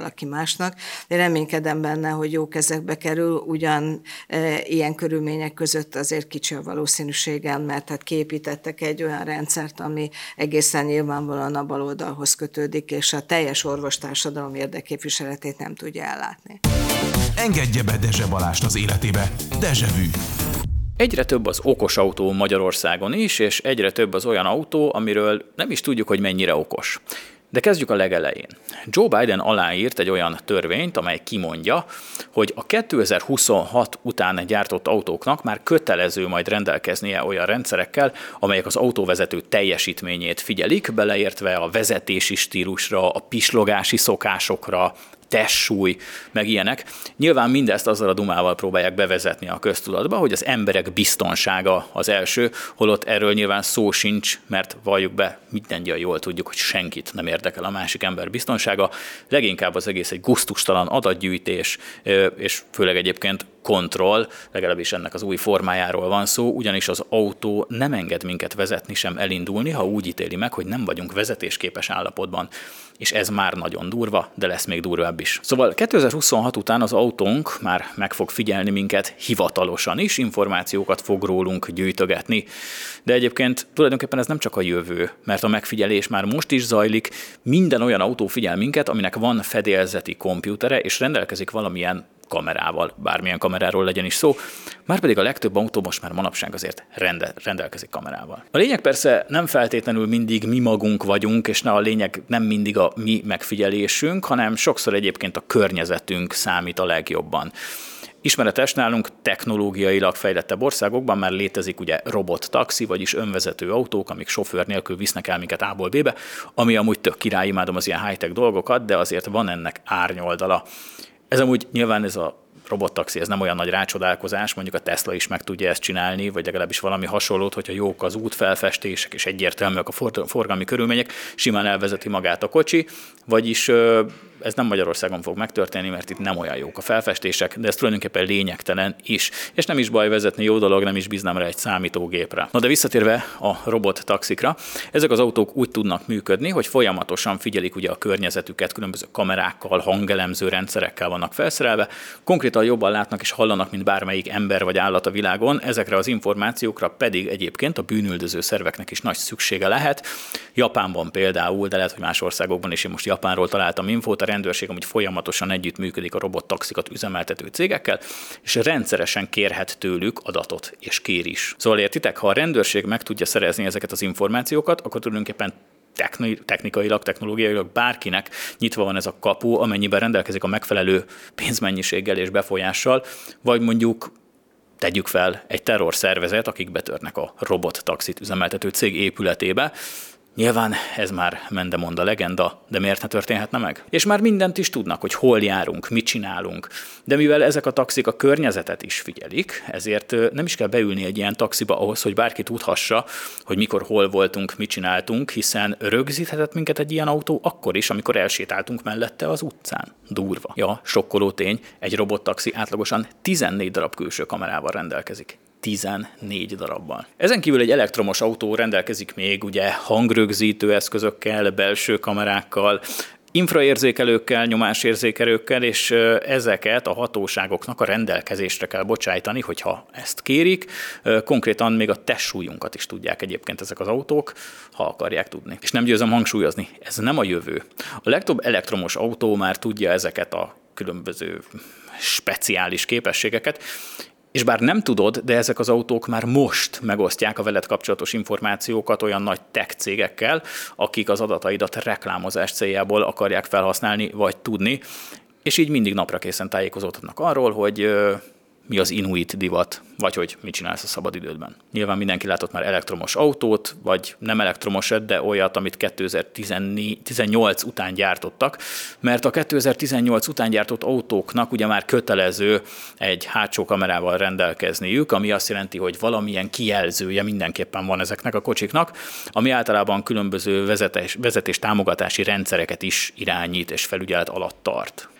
valaki másnak. De reménykedem benne, hogy jó kezekbe kerül, ugyan e, ilyen körülmények között azért kicsi a valószínűségem, mert hát kiépítettek egy olyan rendszert, ami egészen nyilvánvalóan a baloldalhoz kötődik, és a teljes orvostársadalom érdekképviseletét nem tudja ellátni. Engedje be Dezse Balást az életébe. Déjà vu. Egyre több az okos autó Magyarországon is, és egyre több az olyan autó, amiről nem is tudjuk, hogy mennyire okos. De kezdjük a legelején. Joe Biden aláírt egy olyan törvényt, amely kimondja, hogy a kétezer-huszonhat után gyártott autóknak már kötelező majd rendelkeznie olyan rendszerekkel, amelyek az autóvezető teljesítményét figyelik, beleértve a vezetési stílusra, a pislogási szokásokra, testsúly, meg ilyenek. Nyilván mindezt azzal a dumával próbálják bevezetni a köztudatba, hogy az emberek biztonsága az első, holott erről nyilván szó sincs, mert valljuk be, mindannyian jól tudjuk, hogy senkit nem érdekel a másik ember biztonsága. Leginkább az egész egy gusztustalan adatgyűjtés, és főleg egyébként kontroll, legalábbis ennek az új formájáról van szó, ugyanis az autó nem enged minket vezetni, sem elindulni, ha úgy ítéli meg, hogy nem vagyunk vezetésképes állapotban. És ez már nagyon durva, de lesz még durvább is. Szóval kétezer-huszonhat után az autónk már meg fog figyelni minket hivatalosan is, információkat fog rólunk gyűjtögetni. De egyébként tulajdonképpen ez nem csak a jövő, mert a megfigyelés már most is zajlik, minden olyan autó figyel minket, aminek van fedélzeti kompjútere, és rendelkezik valamilyen kamerával, bármilyen kameráról legyen is szó, márpedig a legtöbb autó most már manapság azért rende, rendelkezik kamerával. A lényeg persze nem feltétlenül mindig mi magunk vagyunk, és ne a lényeg nem mindig a mi megfigyelésünk, hanem sokszor egyébként a környezetünk számít a legjobban. Ismeretes nálunk technológiailag fejlettebb országokban már létezik ugye robottaxi, vagyis önvezető autók, amik sofőr nélkül visznek el minket A-ból B-be, ami amúgy tök király, imádom az ilyen high-tech dolgokat, de azért van ennek árnyoldala. Ez amúgy nyilván ez a robottaxi, ez nem olyan nagy rácsodálkozás, mondjuk a Tesla is meg tudja ezt csinálni, vagy legalábbis valami hasonlót, hogyha jók az útfelfestések és egyértelműek a forgalmi körülmények, simán elvezeti magát a kocsi, vagyis ez nem Magyarországon fog megtörténni, mert itt nem olyan jók a felfestések, de ez tulajdonképpen lényegtelen is. És nem is baj vezetni, jó dolog, nem is bíznám rá egy számítógépre. Na de visszatérve a robottaxikra, ezek az autók úgy tudnak működni, hogy folyamatosan figyelik ugye a környezetüket, különböző kamerákkal, hangelemző rendszerekkel vannak felszerelve, konkrétan jobban látnak és hallanak, mint bármelyik ember vagy állat a világon, ezekre az információkra pedig egyébként a bűnüldöző szerveknek is nagy szüksége lehet. Japánban például, de lehet, hogy más országokban is, én most Japánról találtam infót, a rendőrség amúgy folyamatosan együttműködik a robottaxikat üzemeltető cégekkel, és rendszeresen kérhet tőlük adatot, és kér is. Szóval értitek, ha a rendőrség meg tudja szerezni ezeket az információkat, akkor tulajdonképpen technikailag, technológiailag bárkinek nyitva van ez a kapu, amennyiben rendelkezik a megfelelő pénzmennyiséggel és befolyással, vagy mondjuk tegyük fel egy terrorszervezet, akik betörnek a robottaxit üzemeltető cég épületébe. Nyilván ez már mendemonda legenda, de miért ne történhetne meg? És már mindent is tudnak, hogy hol járunk, mit csinálunk. De mivel ezek a taxik a környezetet is figyelik, ezért nem is kell beülni egy ilyen taxiba ahhoz, hogy bárki tudhassa, hogy mikor, hol voltunk, mit csináltunk, hiszen rögzíthetett minket egy ilyen autó akkor is, amikor elsétáltunk mellette az utcán. Durva. Ja, sokkoló tény, egy robottaxi átlagosan tizennégy darab külső kamerával rendelkezik. tizennégy darabban. Ezen kívül egy elektromos autó rendelkezik még ugye hangrögzítő eszközökkel, belső kamerákkal, infraérzékelőkkel, nyomásérzékelőkkel, és ezeket a hatóságoknak a rendelkezésre kell bocsájtani, hogyha ezt kérik. Konkrétan még a testsúlyunkat is tudják egyébként ezek az autók, ha akarják tudni. És nem győzöm hangsúlyozni, ez nem a jövő. A legtöbb elektromos autó már tudja ezeket a különböző speciális képességeket, és bár nem tudod, de ezek az autók már most megosztják a veled kapcsolatos információkat olyan nagy tech cégekkel, akik az adataidat reklámozás céljából akarják felhasználni vagy tudni, és így mindig napra készen tájékozódhatnak arról, hogy mi az inuit divat, vagy hogy mit csinálsz a szabadidődben. Nyilván mindenki látott már elektromos autót, vagy nem elektromosat, de olyat, amit kétezer-tizennyolc után gyártottak, mert a kétezer-tizennyolc után gyártott autóknak ugye már kötelező egy hátsó kamerával rendelkezniük, ami azt jelenti, hogy valamilyen kijelzője mindenképpen van ezeknek a kocsiknak, ami általában különböző vezetés, vezetés támogatási rendszereket is irányít és felügyelet alatt tart.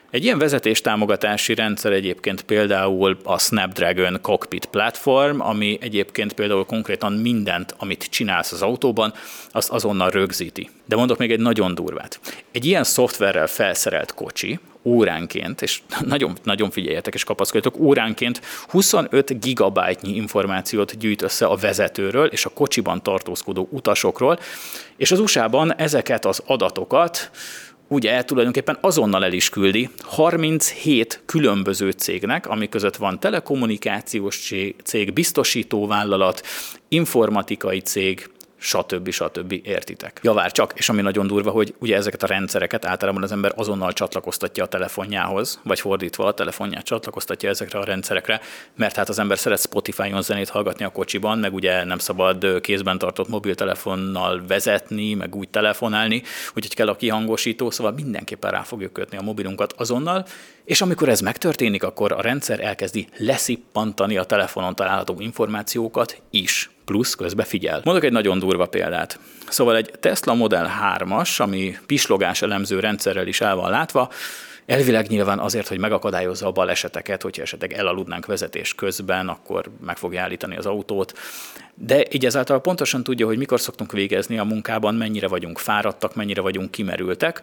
Egy ilyen vezetéstámogatási rendszer egyébként például a Snapdragon Cockpit platform, ami egyébként például konkrétan mindent, amit csinálsz az autóban, azt azonnal rögzíti. De mondok még egy nagyon durvát. Egy ilyen szoftverrel felszerelt kocsi óránként, és nagyon, nagyon figyeljetek és kapaszkodjatok, óránként huszonöt gigabájtnyi információt gyűjt össze a vezetőről és a kocsiban tartózkodó utasokról, és az u es á-ban ezeket az adatokat ugye tulajdonképpen azonnal el is küldi harminchét különböző cégnek, ami között van telekommunikációs cég, biztosítóvállalat, informatikai cég, stb. stb. Értitek. Javár csak, és ami nagyon durva, hogy ugye ezeket a rendszereket általában az ember azonnal csatlakoztatja a telefonjához, vagy fordítva a telefonját csatlakoztatja ezekre a rendszerekre, mert hát az ember szeret Spotify-on zenét hallgatni a kocsiban, meg ugye nem szabad kézben tartott mobiltelefonnal vezetni, meg úgy telefonálni, úgyhogy kell a kihangosító, szóval mindenképpen rá fogjuk kötni a mobilunkat azonnal, és amikor ez megtörténik, akkor a rendszer elkezdi leszippantani a telefonon található információkat is. Plusz közben figyel. Mondok egy nagyon durva példát. Szóval egy Tesla Model hármas, ami pislogás elemző rendszerrel is el van látva, elvileg nyilván azért, hogy megakadályozza a baleseteket, hogyha esetleg elaludnánk vezetés közben, akkor meg fogja állítani az autót. De így ezáltal pontosan tudja, hogy mikor szoktunk végezni a munkában, mennyire vagyunk fáradtak, mennyire vagyunk kimerültek.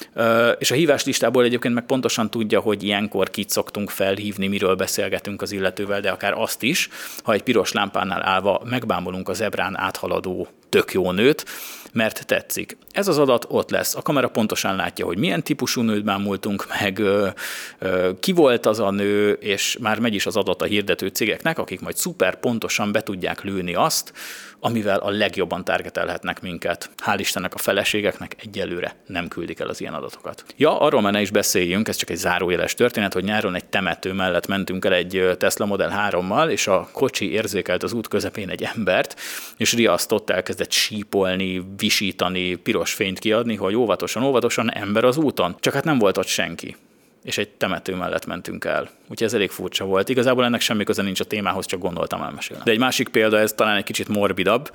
És a híváslistából egyébként meg pontosan tudja, hogy ilyenkor kit szoktunk felhívni, miről beszélgetünk az illetővel, de akár azt is, ha egy piros lámpánál állva megbámulunk a zebrán áthaladó tök jó nőt, mert tetszik. Ez az adat ott lesz. A kamera pontosan látja, hogy milyen típusú nőt bámultunk meg, ö, ö, ki volt az a nő, és már megy is az adat a hirdető cégeknek, akik majd szuper pontosan be tudják lőni azt, amivel a legjobban targetelhetnek minket. Hál' Istennek a feleségeknek egyelőre nem küldik el az ilyen adatokat. Ja, arról már ne is beszéljünk, ez csak egy zárójeles történet, hogy nyáron egy temető mellett mentünk el egy Tesla Model hárommal, és a kocsi érzékelt az út közepén egy embert, és riasztott, elkezdett sípolni, visítani, piros fényt kiadni, hogy óvatosan, óvatosan, ember az úton. Csak hát nem volt ott senki. És egy temető mellett mentünk el. Úgyhogy ez elég furcsa volt. Igazából ennek semmi köze nincs a témához, csak gondoltam elmesélni. De egy másik példa, ez talán egy kicsit morbidabb,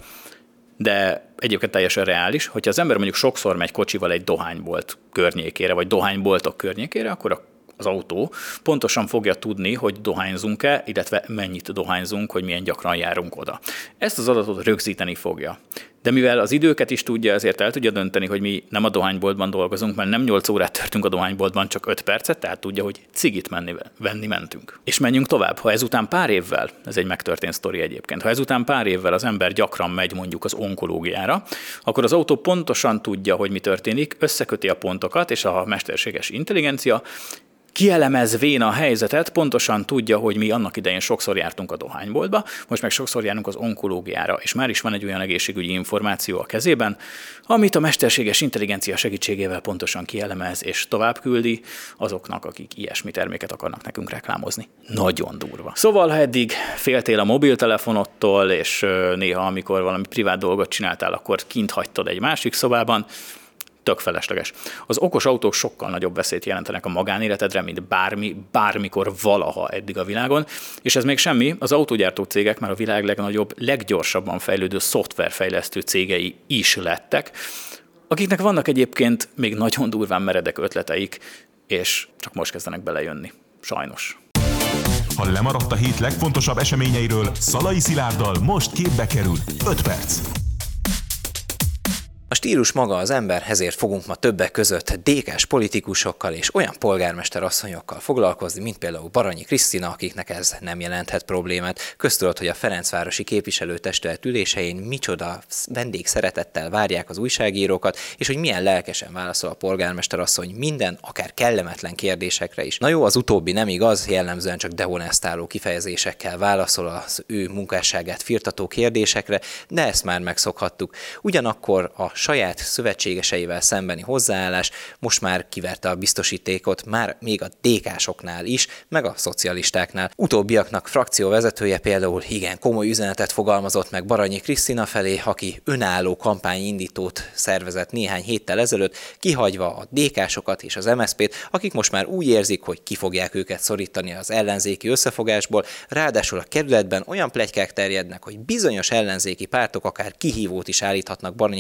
de egyébként teljesen reális, hogyha az ember mondjuk sokszor megy kocsival egy dohánybolt környékére, vagy dohányboltok környékére, akkor az autó pontosan fogja tudni, hogy dohányzunk-e, illetve mennyit dohányzunk, hogy milyen gyakran járunk oda. Ezt az adatot rögzíteni fogja. De mivel az időket is tudja, ezért el tudja dönteni, hogy mi nem a dohányboltban dolgozunk, mert nem nyolc órát törtünk a dohányboltban, csak öt percet, tehát tudja, hogy cigit menni, venni mentünk. És menjünk tovább. Ha ezután pár évvel, ez egy megtörtént sztori egyébként, ha ezután pár évvel az ember gyakran megy mondjuk az onkológiára, akkor az autó pontosan tudja, hogy mi történik, összeköti a pontokat, és a mesterséges intelligencia kielemezvén a helyzetet, pontosan tudja, hogy mi annak idején sokszor jártunk a dohányboltba, most meg sokszor járunk az onkológiára, és már is van egy olyan egészségügyi információ a kezében, amit a mesterséges intelligencia segítségével pontosan kielemez, és tovább küldi azoknak, akik ilyesmi terméket akarnak nekünk reklámozni. Nagyon durva. Szóval, ha eddig féltél a mobiltelefonottól, és néha, amikor valami privát dolgot csináltál, akkor kint hagytad egy másik szobában, tök felesleges. Az okos autók sokkal nagyobb veszélyt jelentenek a magánéletedre, mint bármi, bármikor valaha eddig a világon, és ez még semmi, az autógyártó cégek már a világ legnagyobb, leggyorsabban fejlődő szoftverfejlesztő cégei is lettek, akiknek vannak egyébként még nagyon durván meredek ötleteik, és csak most kezdenek belejönni. Sajnos. Ha lemaradt a hét legfontosabb eseményeiről, Szalai Szilárddal most képbe kerül öt perc. A stílus maga az ember, ezért fogunk ma többek között dé ká-s politikusokkal és olyan polgármester asszonyokkal foglalkozni, mint például Baranyi Krisztina, akiknek ez nem jelenthet problémát. Köztudott, hogy a Ferencvárosi Képviselőtestület ülésein micsoda vendégszeretettel várják az újságírókat, és hogy milyen lelkesen válaszol a polgármester asszony minden, akár kellemetlen kérdésekre is. Na jó, az utóbbi nem igaz, jellemzően csak dehonestáló kifejezésekkel válaszol az ő munkásságát firtató kérdésekre, de ezt már megszokhattuk. Ugyanakkor a saját szövetségeseivel szembeni hozzáállás most már kiverte a biztosítékot, már még a dé ká-soknál is, meg a szocialistáknál. Utóbbiaknak frakcióvezetője például igen komoly üzenetet fogalmazott meg Baranyi Krisztina felé, aki önálló kampányindítót szervezett néhány héttel ezelőtt, kihagyva a dé ká-sokat és az em es zé pét, akik most már úgy érzik, hogy ki fogják őket szorítani az ellenzéki összefogásból, ráadásul a kerületben olyan pletykák terjednek, hogy bizonyos ellenzéki pártok akár kihívót is állíthatnak Baranyi Krisztina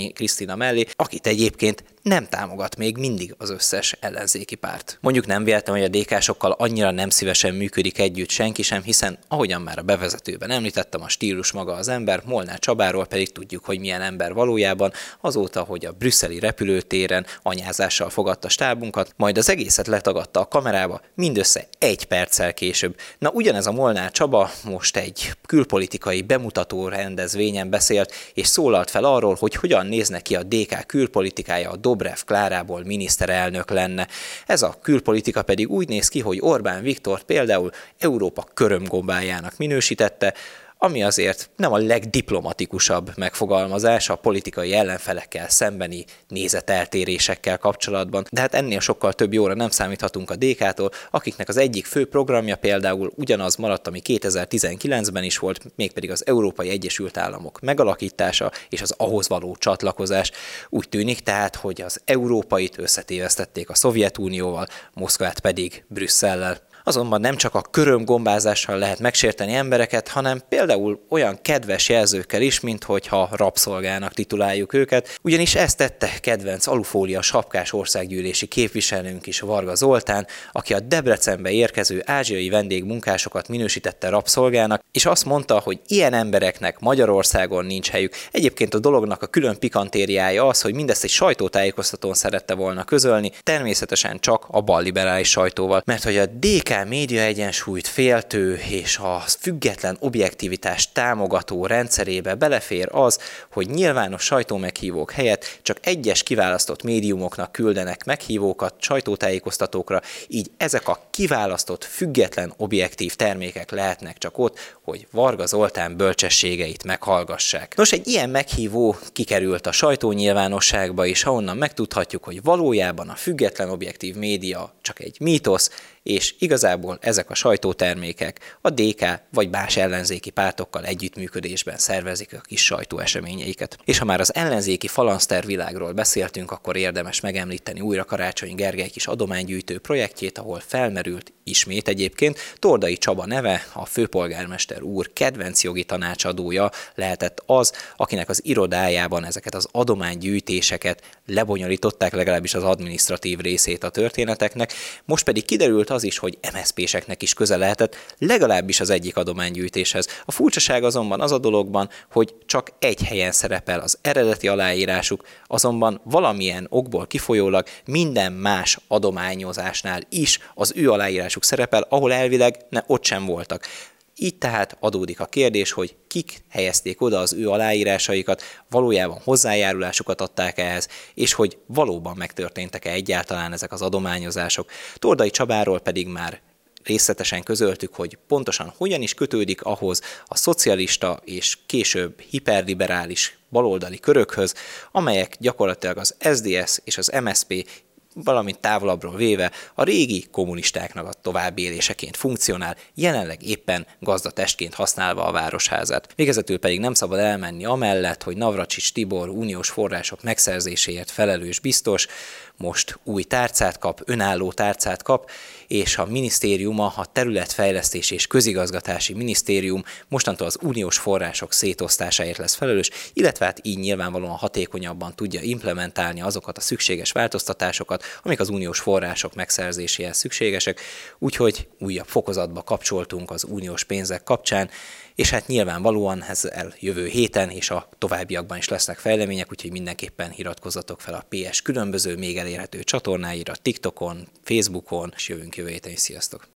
Martina mellé, akit egyébként nem támogat még mindig az összes ellenzéki párt. Mondjuk nem véletlen, hogy a dé ká-sokkal annyira nem szívesen működik együtt senki sem, hiszen ahogyan már a bevezetőben említettem, a stílus maga az ember, Molnár Csabáról pedig tudjuk, hogy milyen ember valójában, azóta, hogy a brüsszeli repülőtéren anyázással fogadta stábunkat, majd az egészet letagadta a kamerába, mindössze egy perccel később. Na ugyanez a Molnár Csaba most egy külpolitikai bemutató rendezvényen beszélt, és szólalt fel arról, hogy hogyan nézne ki a dé ká külpolitikája, a Dobrev Klárából miniszterelnök lenne. Ez a külpolitika pedig úgy néz ki, hogy Orbán Viktor például Európa körömgombájának minősítette, ami azért nem a legdiplomatikusabb megfogalmazás a politikai ellenfelekkel szembeni nézeteltérésekkel kapcsolatban. De hát ennél sokkal több jóra nem számíthatunk a dé ká-tól, akiknek az egyik fő programja például ugyanaz maradt, ami kétezer-tizenkilencben is volt, mégpedig az Európai Egyesült Államok megalakítása és az ahhoz való csatlakozás. Úgy tűnik tehát, hogy az európait összetévesztették a Szovjetunióval, Moszkvát pedig Brüsszellel. Azonban nem csak a körömgombázással lehet megsérteni embereket, hanem például olyan kedves jelzőkkel is, mint hogyha rabszolgának tituláljuk őket, ugyanis ezt tette kedvenc alufólia sapkás országgyűlési képviselőnk is, Varga Zoltán, aki a Debrecenbe érkező ázsiai vendégmunkásokat minősítette rabszolgának, és azt mondta, hogy ilyen embereknek Magyarországon nincs helyük. Egyébként a dolognak a külön pikantériája az, hogy mindezt egy sajtótájékoztatón szerette volna közölni, természetesen csak a balliberális sajtóval, mert hogy a dé ká média egyensúlyt féltő és a független objektivitást támogató rendszerébe belefér az, hogy nyilvános sajtómeghívók helyett csak egyes kiválasztott médiumoknak küldenek meghívókat sajtótájékoztatókra, így ezek a kiválasztott, független, objektív termékek lehetnek csak ott, hogy Varga Zoltán bölcsességeit meghallgassák. Nos, egy ilyen meghívó kikerült a sajtónyilvánosságba, és ahonnan megtudhatjuk, hogy valójában a független, objektív média csak egy mítosz, és igazából ezek a sajtótermékek a dé ká vagy más ellenzéki pártokkal együttműködésben szervezik a kis sajtóeseményeiket. És ha már az ellenzéki falanszter világról beszéltünk, akkor érdemes megemlíteni újra Karácsony Gergely kis adománygyűjtő projektjét, ahol felmerült ismét egyébként Tordai Csaba neve, a főpolgármester úr kedvenc jogi tanácsadója lehetett az, akinek az irodájában ezeket az adománygyűjtéseket lebonyolították, legalábbis az adminisztratív részét a történeteknek. Most pedig kiderült az is, hogy em es zé péseknek is köze lehetett, legalábbis az egyik adománygyűjtéshez. A furcsaság azonban az a dologban, hogy csak egy helyen szerepel az eredeti aláírásuk, azonban valamilyen okból kifolyólag minden más adományozásnál is az ő aláírásuk szerepel, ahol elvileg ne, ott sem voltak. Így tehát adódik a kérdés, hogy kik helyezték oda az ő aláírásaikat, valójában hozzájárulásukat adták ehhez, és hogy valóban megtörténtek-e egyáltalán ezek az adományozások. Tordai Csabáról pedig már részletesen közöltük, hogy pontosan hogyan is kötődik ahhoz a szocialista és később hiperliberális baloldali körökhöz, amelyek gyakorlatilag az es zé dé es és az em es zé pé, valamint távolabbról véve a régi kommunistáknak a továbbéléseként funkcionál, jelenleg éppen gazdatestként használva a Városházát. Végezetül pedig nem szabad elmenni amellett, hogy Navracsics Tibor uniós források megszerzéséért felelős biztos most új tárcát kap, önálló tárcát kap, és a minisztériuma, a Területfejlesztés és Közigazgatási Minisztérium mostantól az uniós források szétosztásáért lesz felelős, illetve hát így nyilvánvalóan hatékonyabban tudja implementálni azokat a szükséges változtatásokat, amik az uniós források megszerzéséhez szükségesek, úgyhogy újabb fokozatba kapcsoltunk az uniós pénzek kapcsán, és hát nyilvánvalóan ezzel jövő héten és a továbbiakban is lesznek fejlemények, úgyhogy mindenképpen iratkozzatok fel a pé es különböző még elérhető csatornáira, TikTokon, Facebookon, és jövünk jövő héten is. Sziasztok!